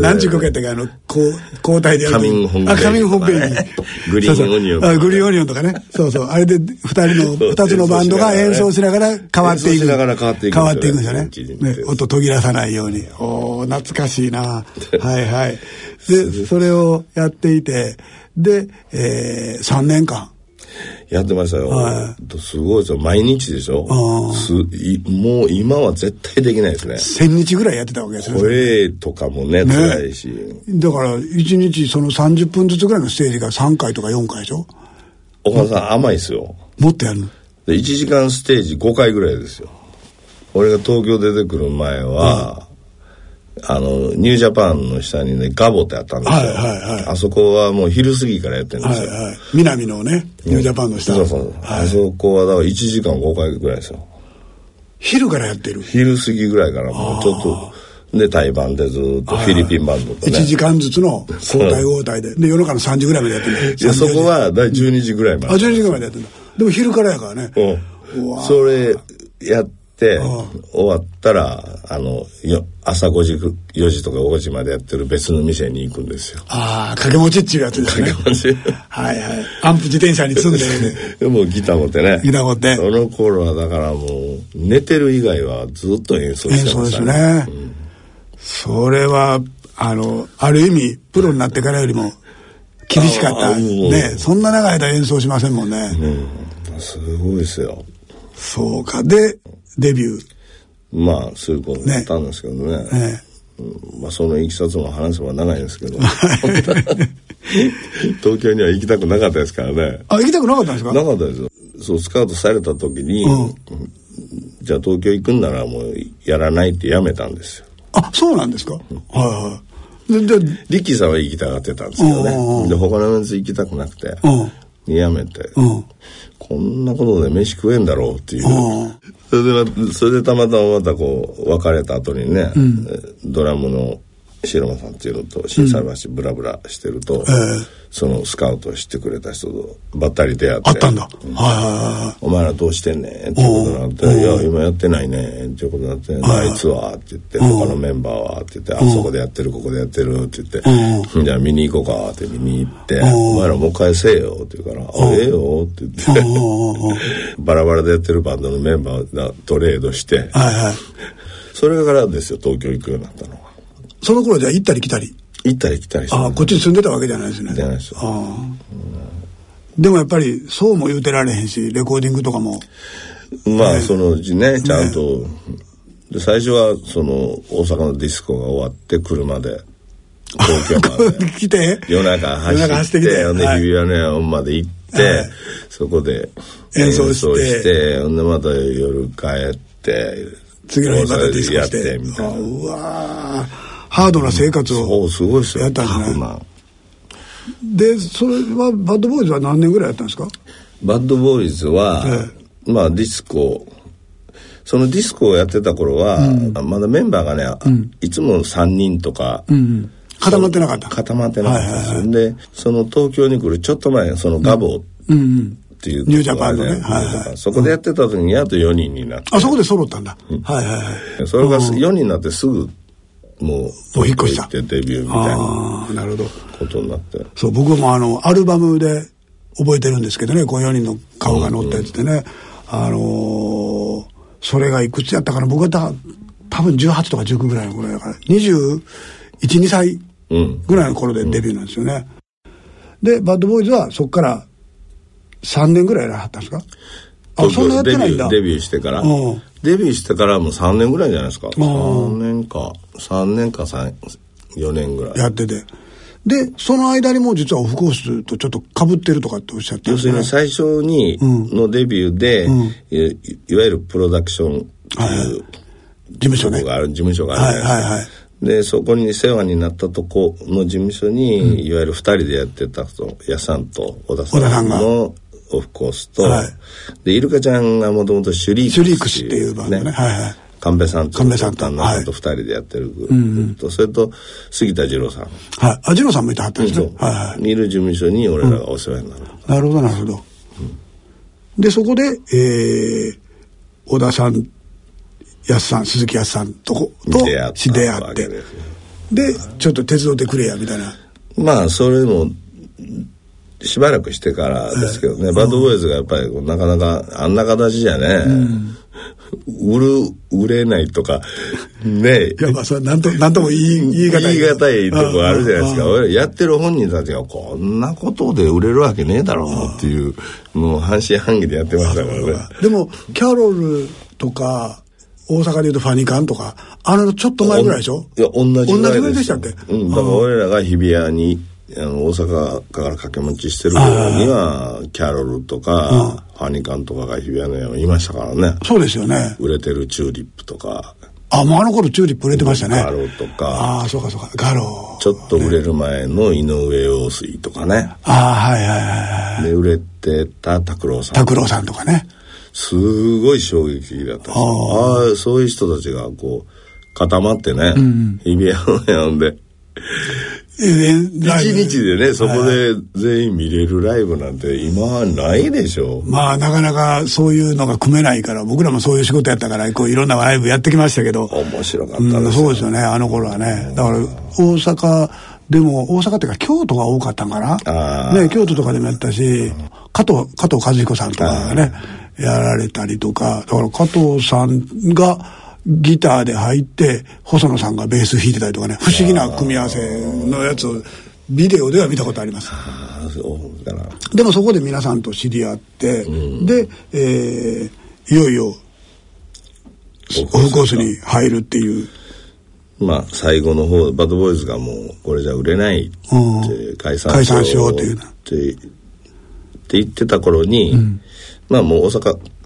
何十曲やったっけあの交代でやる。 カミングホンベイ。 あカミングホンベイ。 グリーンオニオン。 あグリーンオニオンとかね。そうそう。あれで二人の二つのバンドが演奏しながら変わっていく。 演奏しながら変わっていく。 変わっていくんですよね。ね音途切らさないように。おお懐かしいな。はいはい。でそれをやっていてで、えー、さんねんかん。 やってましたよ、はい、すごいですよ毎日でしょ。すいもう今は絶対できないですね。 せんにちぐらいやってたわけですね。 声とかもね辛いし、 ね、だからいちにちそのさんじゅっぷんずつぐらいのステージがさんかいとかよんかいでしょ。 岡田さん甘いですよ。 もっとやるのでいちじかんステージごかいぐらいですよ。俺が東京出てくる前は、うんあのニュージャパンの下にねガボってあったんですよ、はいはいはい、あそこはもう昼過ぎからやってるんですよ、はいはい、 南のねニュージャパンの下、 そうそう、はい、あそこはだからいちじかんごかいぐらいですよ。 昼からやってる。 昼過ぎぐらいからもうちょっとで対バンでずっとフィリピンバンドとねいちじかんずつの交代交代でで夜中のさんじぐらいまでやってる。 いやそこはだいじゅうにじぐらいまで、 うん、あじゅうにじぐらいまでやってるんだ。でも昼からやからね、 うん、それやってで終わったらあのよ朝ごじよじとかごじまでやってる別の店に行くんですよ。 ああ掛け持ちっていうやつですね。掛け持ちはいはいアンプ自転車に積んで、 ね、でもギター持ってねギター持ってその頃はだからもう寝てる以外はずっと演奏してましたね。 演奏ですね、うん、それはあのある意味プロになってからよりも厳しかったね。そんな長い間演奏しませんもんね、 うん、すごいですよ。 そうかでデビューまあすることになったんですけどね、ねうん、まあそのいきさつも話せば長いんですけど東京には行きたくなかったですからね。 あ行きたくなかったんですか。 なかったですよ。そうスカウトされた時に、うん、 じゃあ東京行くんならもうやらないってやめたんですよ。 あ、そうなんですか。うん、はいはい。ででリッキーさんは行きたがってたんですけどね。で他のメンツ行きたくなくてやめて、うん、こんなことで飯食えんだろうっていう。それでそれでたまたままたこう別れた後にね、うん、ドラムの白間さんっていうのと震災橋ブラブラしてると、うんえー、そのスカウトしてくれた人とばったり出会って、 あったんだ、 うん、はいはいはい、お前らどうしてんねんっていうことになって、いや今やってないねっていうことになって、あいつはって言って、他のメンバーはって言って、あそこでやってるここでやってるって言って、じゃあ見に行こうかって見に行って、お前らもう一回せえよって言うから、あええよって言ってバラバラでやってるバンドのメンバーがトレードして、はいはい、それからですよ東京行くようになったのは。 その頃じゃあ行ったり来たり行ったり来たりして、ね、 ああこっちに住んでたわけじゃないですね。 じゃないです。ああ、 うん、でもやっぱりそうも言うてられへんしレコーディングとかもまあ、ね、そのうちねちゃんと、ね、で最初はその大阪のディスコが終わって車で東京まで来て夜中走ってほんで日比谷の山まで行って、はい、そこで演奏して、 してほんでまた夜帰って次の日またディスコしてやってみたいな。 うわーハードな生活をやったんですね。でそれはバッドボーイズは何年ぐらいやったんですか。 バッドボーイズは、ええ、まあディスコそのディスコをやってた頃は、うん、まだメンバーがね、うん、いつもさんにんとか、うん、 固まってなかった固まってなかったです、はいはいはい、でその東京に来るちょっと前そのガボー、うんうんっていう、 ニュージャパンのね、はいはい、 そこでやってた時にやっとよにんになって、 あそこで揃ったんだ、うん、はいはいはい。 それがよにんになってすぐもう引っ越したデビューみたいなことになって、 そう僕もあのアルバムで覚えてるんですけどね、こうよにんの顔が載ったやつでね、うんうん、あのー、それがいくつやったかな、僕はた多分じゅうはちとかじゅうきゅうぐらいの頃だからにじゅういち、にさいぐらいの頃でデビューなんですよね、うんうん、でバッドボーイズはそこからさんねんぐらいやらはったんですか。あ、そんなやってないんだ。 デビュー、デビューしてから、うん、デビューしてからもうさんねんぐらいじゃないですか。さんねんかさんねんかよねんぐらいやってて、でその間にも実はオフコースとちょっと被ってるとかっておっしゃって、ね、 要するに最初にのデビューで、うん、い, いわゆるプロダクションっていう、はいはい、 事務所ね、 がある事務所があるじゃないですか、はいはいはい、でそこに世話になったとこの事務所に、うん、いわゆるふたりでやってた人、やさんと小田さんのオフコースと、はい、でイルカちゃんがもともとシュリークス、 シュリークスっていうバンドね、はいはい、 神戸さんと神戸さんと旦那さんとふたりでやってるグループと、それと杉田二郎さん、 はい、あ二郎さんもいてはったんですね、はいはい、 にいる事務所に俺らがお世話になる、うん、 なるほどなるほど、うん、でそこで、えー、小田さん、安さん、鈴木安さんとこと出会って、でちょっと手伝ってくれやみたいな、 まあそれもしばらくしてからですけどね、えー、バッドボーイズがやっぱりなかなかあんな形じゃね、うん、売る売れないとかね、 いやまあそれなんとなんとも言い言い難い言い難いとこあるじゃないですか。俺やってる本人たちがこんなことで売れるわけねえだろうっていう、もう半信半疑でやってましたからね。 でもキャロルとか大阪でいうとファニカンとかあのちょっと前ぐらいでしょ。 いや同じぐらい同じぐらいでしたっけ。 うん、だから俺らが日比谷にあの大阪から掛け持ちしてる頃にはキャロルとかファニカンとかが日比谷の山いましたからね。 そうですよね。 売れてるチューリップとか、 あもうあの頃チューリップ売れてましたね。 ガロとか、 ああそうかそうか、ガロちょっと売れる前の井上陽水とかね、 ああはいはいはい、 で売れてた拓郎さん拓郎さんとかね、 すごい衝撃的だったんですよ。ああそういう人たちがこう固まってね、うん、日比谷の山で一日でね、そこで全員見れるライブなんて今はないでしょう。 まあなかなかそういうのが組めないから、僕らもそういう仕事やったからこういろんなライブやってきましたけど、 面白かったですよ、 うん、そうですよね、あの頃はね。だから大阪でも、大阪っていうか京都が多かったんかな、ね、京都とかでもやったし、加藤加藤和彦さんとかがねやられたりとか、だから加藤さんがギターで入って細野さんがベース弾いてたりとかね、不思議な組み合わせのやつをビデオでは見たことあります。あそうだな。でもそこで皆さんと知り合って、うん、で、えー、いよいよオフコースに入るっていう、 まあ最後の方バッドボーイズがもうこれじゃ売れないって、うん、解散しようっていうってって言ってた頃に、うん、まあもう大阪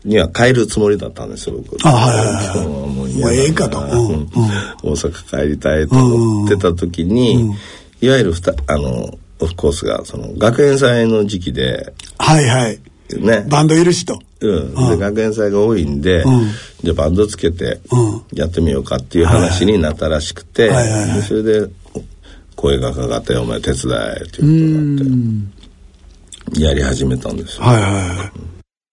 には帰るつもりだったんですよ僕。 あ、はいはいはい。もうもうええかと、うんうん、 大阪帰りたいと思ってた時に、うんうん、いわゆるふたあのオフコースがその学園祭の時期で、 はいはいね、バンドいるしと、 うん、で学園祭が多いんで、うん、じゃあバンドつけてやってみようかっていう話になったらしくて、はいはいはい、でそれで声がかかってお前手伝えっていうことになってやり始めたんですよ。 はいはいはい、うん、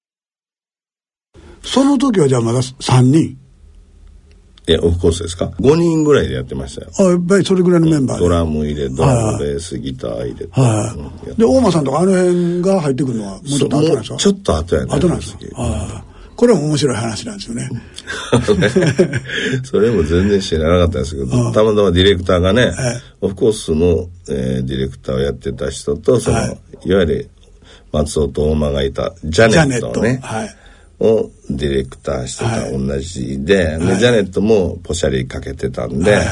その時はじゃあまださんにん？ え、オフコースですか？ごにんぐらいでやってましたよ。 あ、やっぱりそれぐらいのメンバーで、 ドラム入れ、ドラムベース、ギター入れて、 はい、うん、で大間さんとかあの辺が入ってくるのはもうちょっと後なんですか？ ちょっと後やね。 後なんですか？あ、これも面白い話なんですよね。 それも全然知らなかったですけど、たまたまディレクターがね、はい、オフコースの、えー、ディレクターをやってた人とその、はい、いわゆる松尾と大間がいたジャネットをね、はい、をディレクターしてた、はい、同じで、はい、でジャネットもポシャリかけてたんで、はい、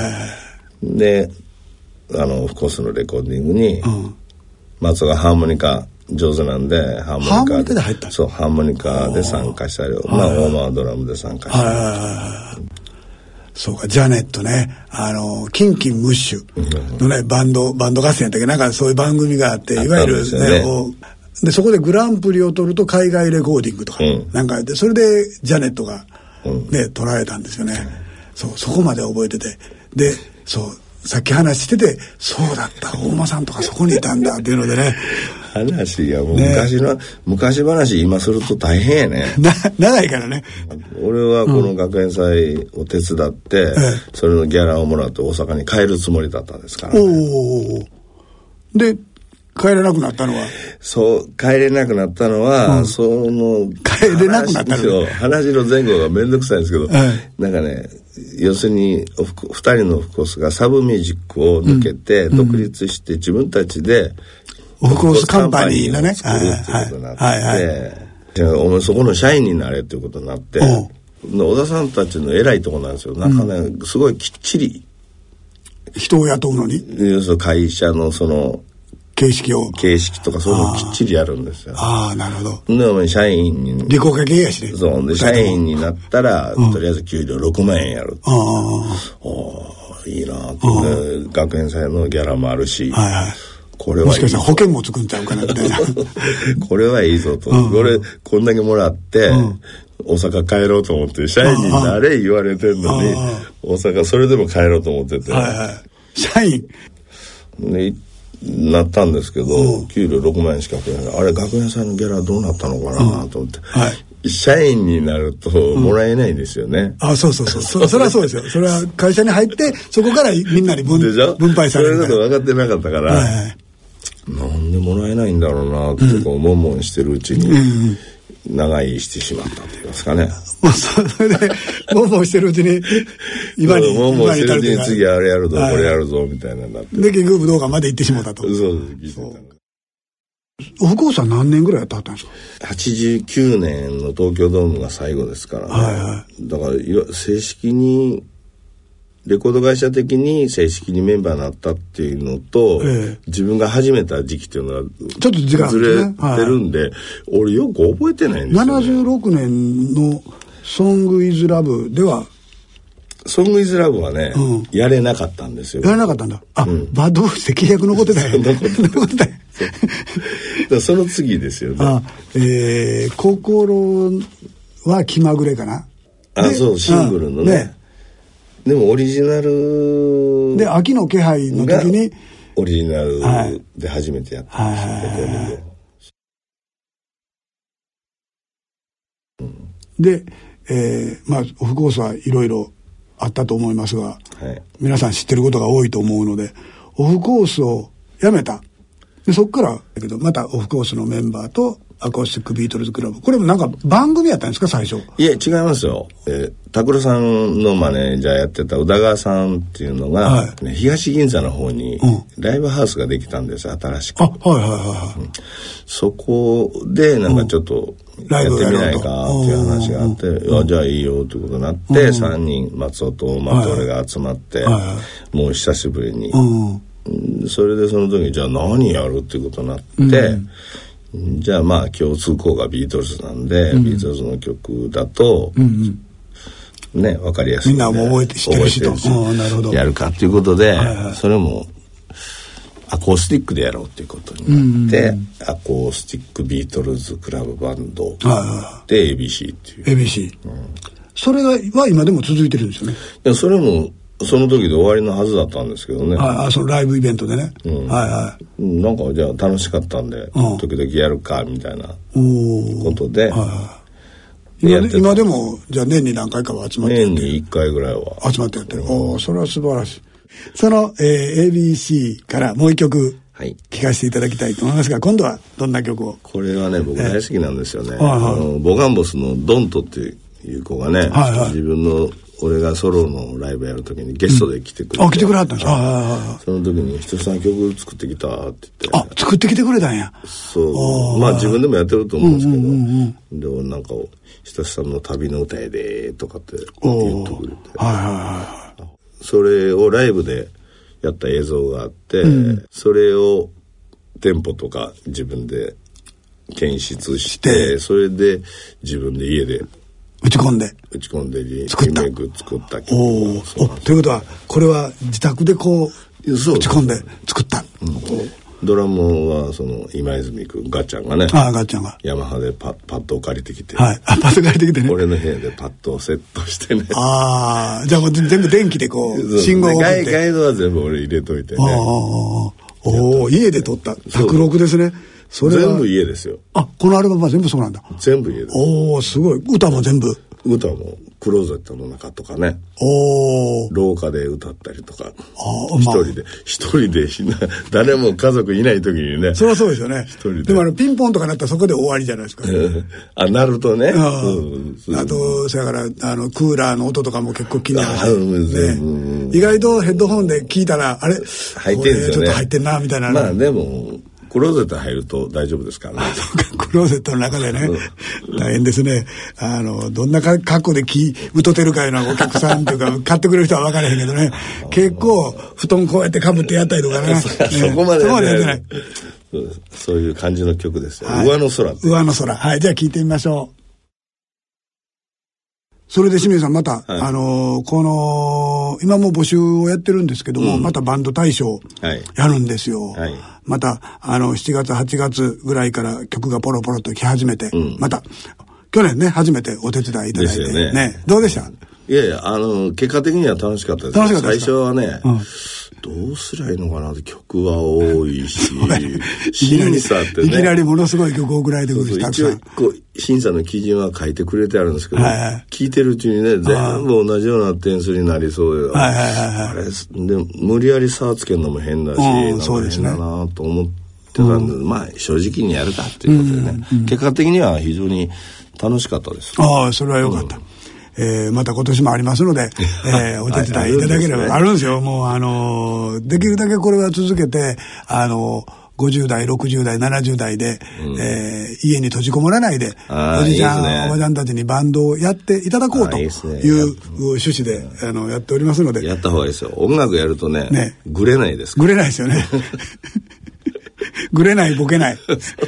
であのオフコースのレコーディングに、うん、松尾がハーモニカ上手なんでハーモニカで、 ハーモニカで入った？ そう、ハーモニカで参加したり、まあ大間はドラムで参加したり、 そうか、ジャネットね、あのキンキンムッシュのね、バンドバンド合戦やったっけ、なんかそういう番組があって、いわゆるね、でそこでグランプリを取ると海外レコーディングとか、うん、なんかやって、それでジャネットがね、うん、取られたんですよね、うん、そうそこまで覚えてて、でそうさっき話してて、そうだった大間さんとかそこにいたんだっていうのでね話がもう昔の、ね、昔話今すると大変やねな長いからね。 俺はこの学園祭を手伝って、うん、それのギャラをもらって大阪に帰るつもりだったんですからね。 おで帰れなくなったのはそう帰れなくなったのは、うん、その帰れなくなったの話の前後がめんどくさいんですけど、はい、なんかね、要するにふたりのオフコースがサブミュージックを抜けて独立して自分たちでオフコースカンパニーのね作るっていうことになって、はいはいはい、じゃあお前そこの社員になれっていうことになって、小田さんたちの偉いところなんですよ。なんかね、うん、すごいきっちり人を雇うのに、 要するに会社のその形式を形式とかそういうのをきっちりやるんですよ。 ああ、なるほど。 でお前社員に理工科系やしね。 そうで社員になったら、うん、とりあえず給料ろくまんえんやる。ああ、いいなって学園祭のギャラもあるし、はいはい、これはいい、 もしかしたら保険も作んちゃうかなみたいなこれはいいぞと、うん、これこんだけもらって、うん、大阪帰ろうと思って社員になれ言われてんのに大阪それでも帰ろうと思ってて、はいはい、 社員でなったんですけど、給料ろくまんえんしかくれない。あれ学園祭のギャラどうなったのかなと思って、うん、はい、社員になるともらえないんですよね、うん、 あ、そうそうそうそ, それはそうですよ。それは会社に入ってそこからみんなに 分, 分配される。 それだと分かってなかったから、はいはい、なんでもらえないんだろうなってこうもんもんしてるうちに、うんうん長居してしまったと言いますかね。 もうそれでもんもんしてるうちに今にもんもんしてるうちに次あれやるぞ、はい、これやるぞみたいなになってで結局武道館まで行ってしまったと。 そうです。 オフコースは何年ぐらいやってはったんですか？ はちじゅうきゅうねんの東京ドームが最後ですからね、はいはい、だから正式にレコード会社的に正式にメンバーになったっていうのと、ええ、自分が始めた時期っていうのはちょっと時間ずれてるんで、はい、俺よく覚えてないんですよね。 ななじゅうろくねんのソングイズラブではソングイズラブはね、うん、やれなかったんですよ。 やれなかったんだ。あ、うん、バッドボーイズで契約残ってたよ。残ってたよ。 その次ですよね。 あ、えー、心は気まぐれかな。 あ、そうシングルのね。ねでもオリジナルで秋の気配の時にオリジナルで初めてやったんですよ、はいはいうん、で、えー、まあオフコースはいろいろあったと思いますが、はい、皆さん知ってることが多いと思うのでオフコースを辞めたでそこからだけどまたオフコースのメンバーとアコースティックビートルズクラブこれもなんか番組やったんですか最初？ いえ違いますよ。えー、拓郎さんのマネージャーやってた宇田川さんっていうのが、はいね、東銀座の方にライブハウスができたんです新しく。 あ、はいはいはいはい、うん、 そこでなんかちょっとやってみないかっていう話があって、うん、じゃあいいよということになって、うん、さんにん松尾と大間と俺が集まって、はいはい、もう久しぶりに、うん、それでその時にじゃあ何やるっていうことになって、うんじゃあまあ共通項がビートルズなんで、うん、ビートルズの曲だと、うんうん、ね分かりやすいみんなも覚えて知ってるしとなるほどやるかということで、はいはい、それもアコースティックでやろうっていうことになって、うんうん、アコースティックビートルズクラブバンドで エービーシー っていうエービーシー、うん、それがは今でも続いてるんですよね。 いやそれもその時で終わりのはずだったんですけどね。 ああ、そのライブイベントでね。うん、はいはい。 なんかじゃあ楽しかったんで、うん、時々やるかみたいなことで。はいはい、 今, で今でもじゃあ年に何回かは集まってやってる。 年にいっかいぐらいは集まってやってる。うん、おそれは素晴らしい。その、えー、エービーシー からもう一曲聴かせていただきたいと思いますが、今度はどんな曲を？ これはね僕大好きなんですよね。えーはいはい、あのボガンボスのドントっていう子がね、はいはい、自分の俺がソロのライブやるときにゲストで来てくれて、うん、 あ来てくれはったんですか。あその時にひとしさん曲作ってきたって言って、 あ作ってきてくれたんや。 そうまあ自分でもやってると思うんですけど、うんうんうんうん、で俺なんかひとしさんの旅の歌やでとかって言ってくれて、はいはいはい、それをライブでやった映像があって、うん、それをテンポとか自分で検出してそれで自分で家で打ち込んで打ち込んでリ作ったリメイク作った曲おおということはこれは自宅でこう打ち込んで作った、うん、 ドラムはその今泉君ガッチャンがねああガッチャンがヤマハでパ, パッドを借りてきてはいあパッド借りてきてね俺の部屋でパッドをセットしてねああじゃあもう全部電気でこう信号を送ってガイドは全部俺入れといてねおお家で撮った卓録ですねそれは全部家ですよ。 あこのアルバムは全部そうなんだ。 全部家です。 おおすごい歌も全部歌もクローゼットの中とかねお廊下で歌ったりとか一人で一人でしな誰も家族いない時にねそりゃそうですよね一人ででもあのピンポンとかなったらそこで終わりじゃないですかあなるとねあ、 うん、あとそれからあのクーラーの音とかも結構気になるし、ね、意外とヘッドホンで聞いたらあれ入ってるんですよねちょっと入ってんなみたいなまあでもクローゼット入ると大丈夫ですからね。 クローゼットの中でね、大変ですね。あの、どんな格好で気、歌ってるかいうのはお客さんというか、買ってくれる人は分からへんけどね、結構、布団こうやってかぶってやったりとかね。 そ, そこまで、ね、そこまでやってない。そういう感じの曲ですよ。はい、上の空。 上の空。はい、じゃあ聞いてみましょう。それで清水さんまた、はい、あのー、この今も募集をやってるんですけども、うん、またバンド大賞やるんですよ、はい、またあのしちがつはちがつぐらいから曲がポロポロと来始めて、うん、また去年ね初めてお手伝いいただいて ね, ねどうでした？ いやいやあの結果的には楽しかったです。 楽しかったですか？ 最初はね、うんどうすりゃいいのかなって曲は多いし審査ってねいきなりものすごい曲を送られてくるしたくさん一応こう審査の基準は書いてくれてあるんですけど、はいはい、聞いてるうちにね全部同じような点数になりそうで、はいはいはいはい、あれで無理やり差をつけるのも変だし、うん、なんか変だなと思ってたんで、うん、まあ正直にやるかっていうことでね、うんうん、結果的には非常に楽しかったです。 ああそれはよかった、うんえー、また今年もありますので、えー、お手伝いいただければ、あるんですよ。もうあのー、できるだけこれは続けて、あのー、ごじゅうだい、ろくじゅうだい、ななじゅうだいで、うんえー、家に閉じこもらないで、おじちゃん、いいね、おばちゃんたちにバンドをやっていただこうという趣旨で、あの、やっておりますので。 やった方がいいですよ。音楽やるとね、ねぐれないですから。 ぐれないですよね。ぐれない、ボケない。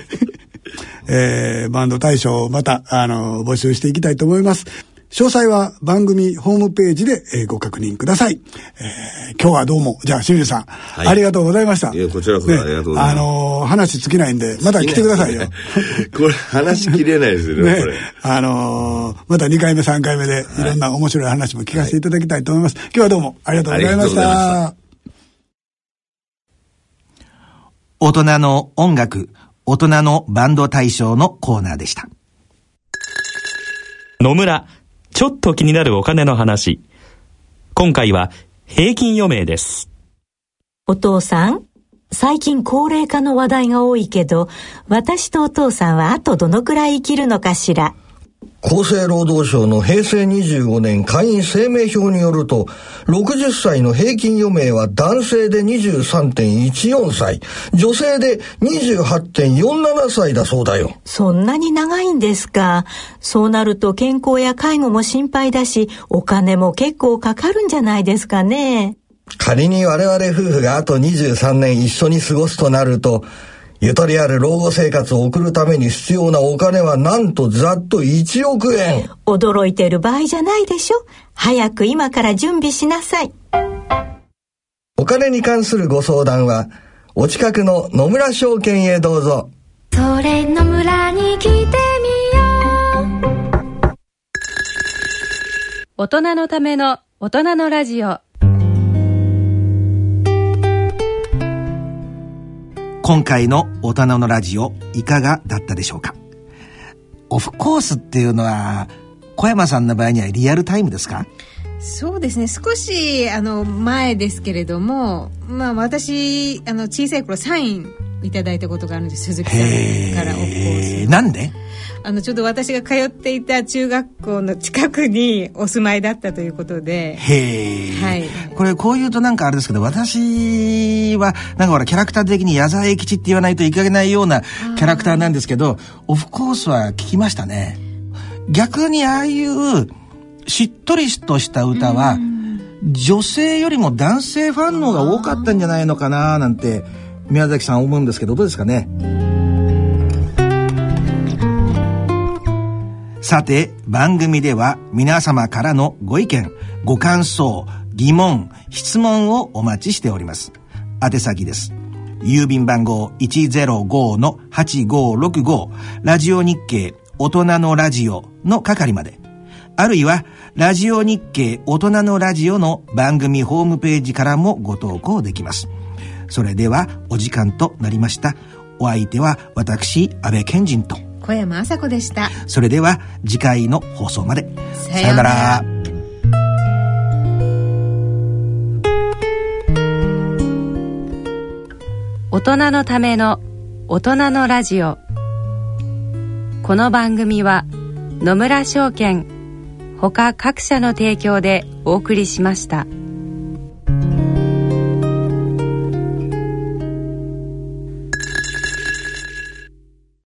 えー、バンド大賞また、あの、募集していきたいと思います。詳細は番組ホームページで、えー、ご確認ください、えー。今日はどうも、じゃあ清水さん、はい、ありがとうございました。 いや、こちらこそありがとうございます。 ね、あのー、話尽きないんで、また来てくださいよ。 これ話しきれないですよね、ねこれ。 あのー、またにかいめさんかいめで、いろんな面白い話も聞かせていただきたいと思います。はい、今日はどうもありがとうございました。 大人の音楽、大人のバンド大賞のコーナーでした。 野村ちょっと気になるお金の話。今回は平均余命です。 お父さん、最近高齢化の話題が多いけど、私とお父さんはあとどのくらい生きるのかしら。 厚生労働省のへいせいにじゅうごねん会員生命表によると、ろくじゅっさいの平均余命は男性で にじゅうさんてんいちよんさい、女性で にじゅうはちてんよんななさいだそうだよ。 そんなに長いんですか。そうなると健康や介護も心配だし、お金も結構かかるんじゃないですかね。 仮に我々夫婦があとにじゅうさんねん一緒に過ごすとなると、 ゆとりある老後生活を送るために必要なお金はなんとざっといちおくえん。 驚いている場合じゃないでしょ。早く今から準備しなさい。 お金に関するご相談はお近くの野村証券へどうぞ。 それ野村に来てみよう。 大人のための大人のラジオ。 今回の大人のラジオいかがだったでしょうか。オフコースっていうのは小山さんの場合にはリアルタイムですか？ そうですね、少しあの前ですけれども、まあ、私あの小さい頃サインいただいたことがあるんです。鈴木さんからオフコース。 なんで？ あのちょっと私が通っていた中学校の近くにお住まいだったということで。 へー、 はい、 これこういうとなんかあれですけど、私はなんかほらキャラクター的に矢沢永吉って言わないといけないようなキャラクターなんですけど、オフコースは聞きましたね。逆にああいうしっとりとした歌は女性よりも男性ファンの方が多かったんじゃないのかななんて宮崎さん思うんですけど、どうですかね。さて番組では皆様からのご意見ご感想疑問質問をお待ちしております。宛先です。郵便番号 いちゼロご のはちごろくご ラジオ日経大人のラジオの係まで、あるいはラジオ日経大人のラジオの番組ホームページからもご投稿できます。それではお時間となりました。お相手は私安倍賢人と小山麻子でした。 それでは次回の放送まで。 さようなら。 大人のための大人のラジオ。この番組は野村証券他各社の提供でお送りしました。